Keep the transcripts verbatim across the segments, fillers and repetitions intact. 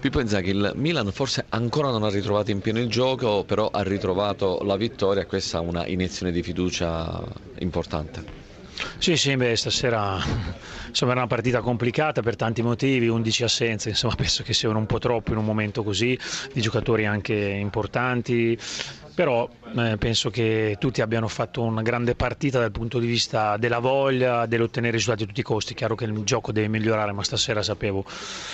Pippo Inzaghi, il Milan forse ancora non ha ritrovato in pieno il gioco, però ha ritrovato la vittoria e questa è una iniezione di fiducia importante. Sì, sì, beh, stasera insomma, era una partita complicata per tanti motivi, undici assenze, insomma, penso che siano un po' troppo in un momento così, di giocatori anche importanti, però eh, penso che tutti abbiano fatto una grande partita dal punto di vista della voglia, dell'ottenere risultati a tutti i costi. Chiaro che il gioco deve migliorare, ma stasera sapevo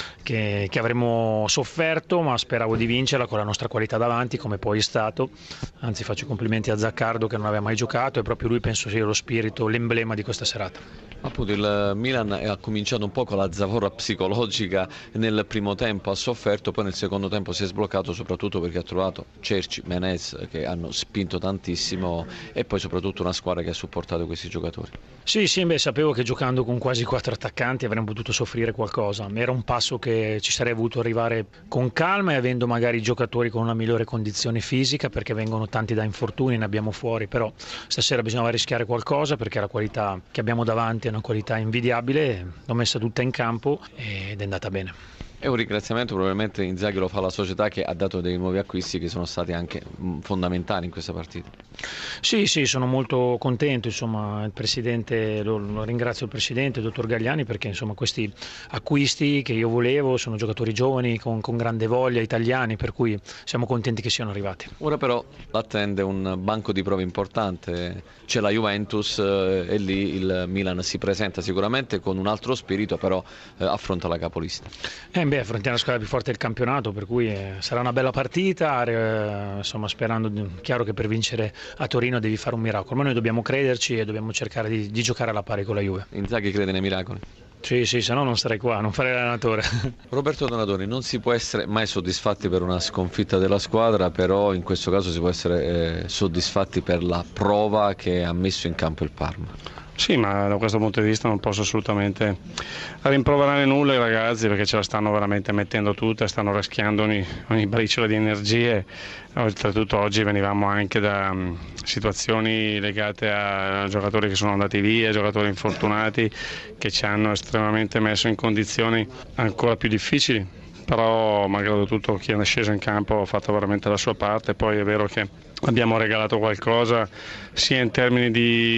che, che avremmo sofferto, ma speravo di vincerla con la nostra qualità davanti, come poi è stato. Anzi, faccio i complimenti a Zaccardo che non aveva mai giocato e proprio lui penso sia lo spirito, l'emblema di questa serata. Appunto il Milan ha cominciato un po' con la zavorra psicologica, nel primo tempo ha sofferto, poi nel secondo tempo si è sbloccato soprattutto perché ha trovato Cerci, Menez che hanno spinto tantissimo e poi soprattutto una squadra che ha supportato questi giocatori. Sì, sì, beh, sapevo che giocando con quasi quattro attaccanti avremmo potuto soffrire qualcosa, era un passo che ci sarei voluto arrivare con calma e avendo magari giocatori con una migliore condizione fisica, perché vengono tanti da infortuni, ne abbiamo fuori, però stasera bisognava rischiare qualcosa perché la qualità che abbiamo davanti è una qualità invidiabile, l'ho messa tutta in campo ed è andata bene. E un ringraziamento probabilmente Inzaghi lo fa alla società che ha dato dei nuovi acquisti che sono stati anche fondamentali in questa partita. Sì, sì, sono molto contento, insomma, il presidente, lo, lo ringrazio il presidente, il dottor Gagliani, perché insomma, questi acquisti che io volevo sono giocatori giovani con, con grande voglia, italiani, per cui siamo contenti che siano arrivati. Ora però l'attende un banco di prove importante, c'è la Juventus eh, e lì il Milan si presenta sicuramente con un altro spirito, però eh, affronta la capolista. Eh beh, affrontiamo la squadra più forte del campionato, per cui eh, sarà una bella partita, eh, insomma, sperando, chiaro che per vincere a Torino devi fare un miracolo, ma noi dobbiamo crederci e dobbiamo cercare di, di giocare alla pari con la Juve. Inzaghi crede nei miracoli? Sì, sì, se no non starei qua, non farei l'allenatore. Roberto Donatori, non si può essere mai soddisfatti per una sconfitta della squadra, però in questo caso si può essere eh, soddisfatti per la prova che ha messo in campo il Parma. Sì, ma da questo punto di vista non posso assolutamente rimproverare nulla ai ragazzi perché ce la stanno veramente mettendo tutta, stanno raschiando ogni, ogni briciola di energie. Oltretutto oggi venivamo anche da um, situazioni legate a giocatori che sono andati via, giocatori infortunati che ci hanno estremamente messo in condizioni ancora più difficili. Però malgrado tutto chi è sceso in campo ha fatto veramente la sua parte, poi è vero che abbiamo regalato qualcosa sia in termini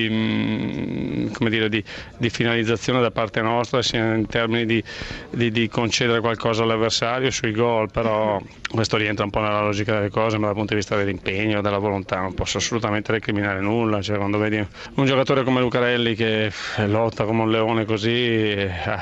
di, come dire, di, di finalizzazione da parte nostra, sia in termini di, di, di concedere qualcosa all'avversario sui gol, però questo rientra un po' nella logica delle cose, ma dal punto di vista dell'impegno, della volontà non posso assolutamente recriminare nulla. Cioè, quando vedi un giocatore come Lucarelli che lotta come un leone così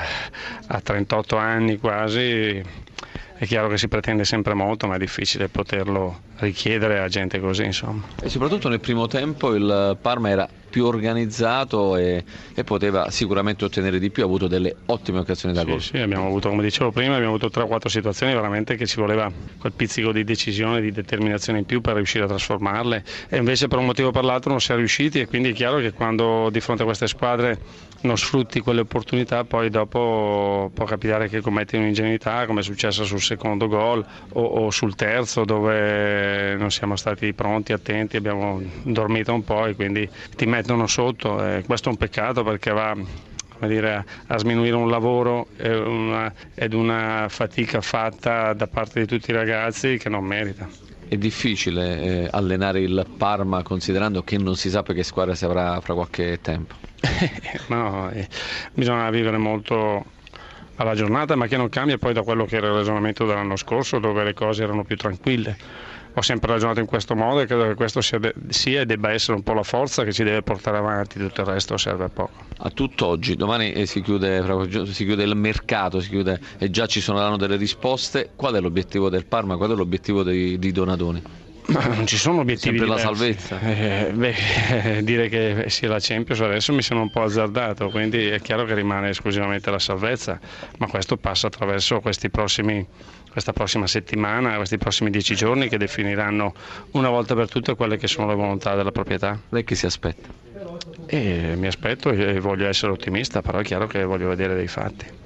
a trentotto anni quasi, è chiaro che si pretende sempre molto, ma è difficile poterlo richiedere a gente così, insomma. E soprattutto nel primo tempo il Parma era più organizzato e, e poteva sicuramente ottenere di più, ha avuto delle ottime occasioni da sì, gol. Sì, abbiamo avuto, come dicevo prima, abbiamo avuto tre o quattro situazioni veramente che ci voleva quel pizzico di decisione, di determinazione in più per riuscire a trasformarle, e invece per un motivo o per l'altro non si è riusciti, e quindi è chiaro che quando di fronte a queste squadre non sfrutti quelle opportunità, poi dopo può capitare che commetti un'ingenuità, come è successo sul secondo gol o, o sul terzo, dove non siamo stati pronti, attenti, abbiamo dormito un po' e quindi ti mettono sotto. E questo è un peccato perché va, come dire, a sminuire un lavoro e una, ed una fatica fatta da parte di tutti i ragazzi che non merita. È difficile eh, allenare il Parma considerando che non si sa che squadra si avrà fra qualche tempo. No, eh, bisogna vivere molto alla giornata, ma che non cambia poi da quello che era il ragionamento dell'anno scorso, dove le cose erano più tranquille. Ho sempre ragionato in questo modo e credo che questo sia, de- sia e debba essere un po' la forza che ci deve portare avanti, tutto il resto serve a poco. A tutt'oggi, domani eh, si, chiude, si chiude il mercato, si chiude, e già ci sono delle risposte. Qual è l'obiettivo del Parma? Qual è l'obiettivo di, di Donadoni? Ma non ci sono obiettivi sempre diversi. La salvezza? Eh, beh, dire che sia la Champions adesso mi sembra un po' azzardato, quindi è chiaro che rimane esclusivamente la salvezza, ma questo passa attraverso questi prossimi, questa prossima settimana, questi prossimi dieci giorni che definiranno una volta per tutte quelle che sono le volontà della proprietà. Lei che si aspetta? E mi aspetto e voglio essere ottimista, però è chiaro che voglio vedere dei fatti.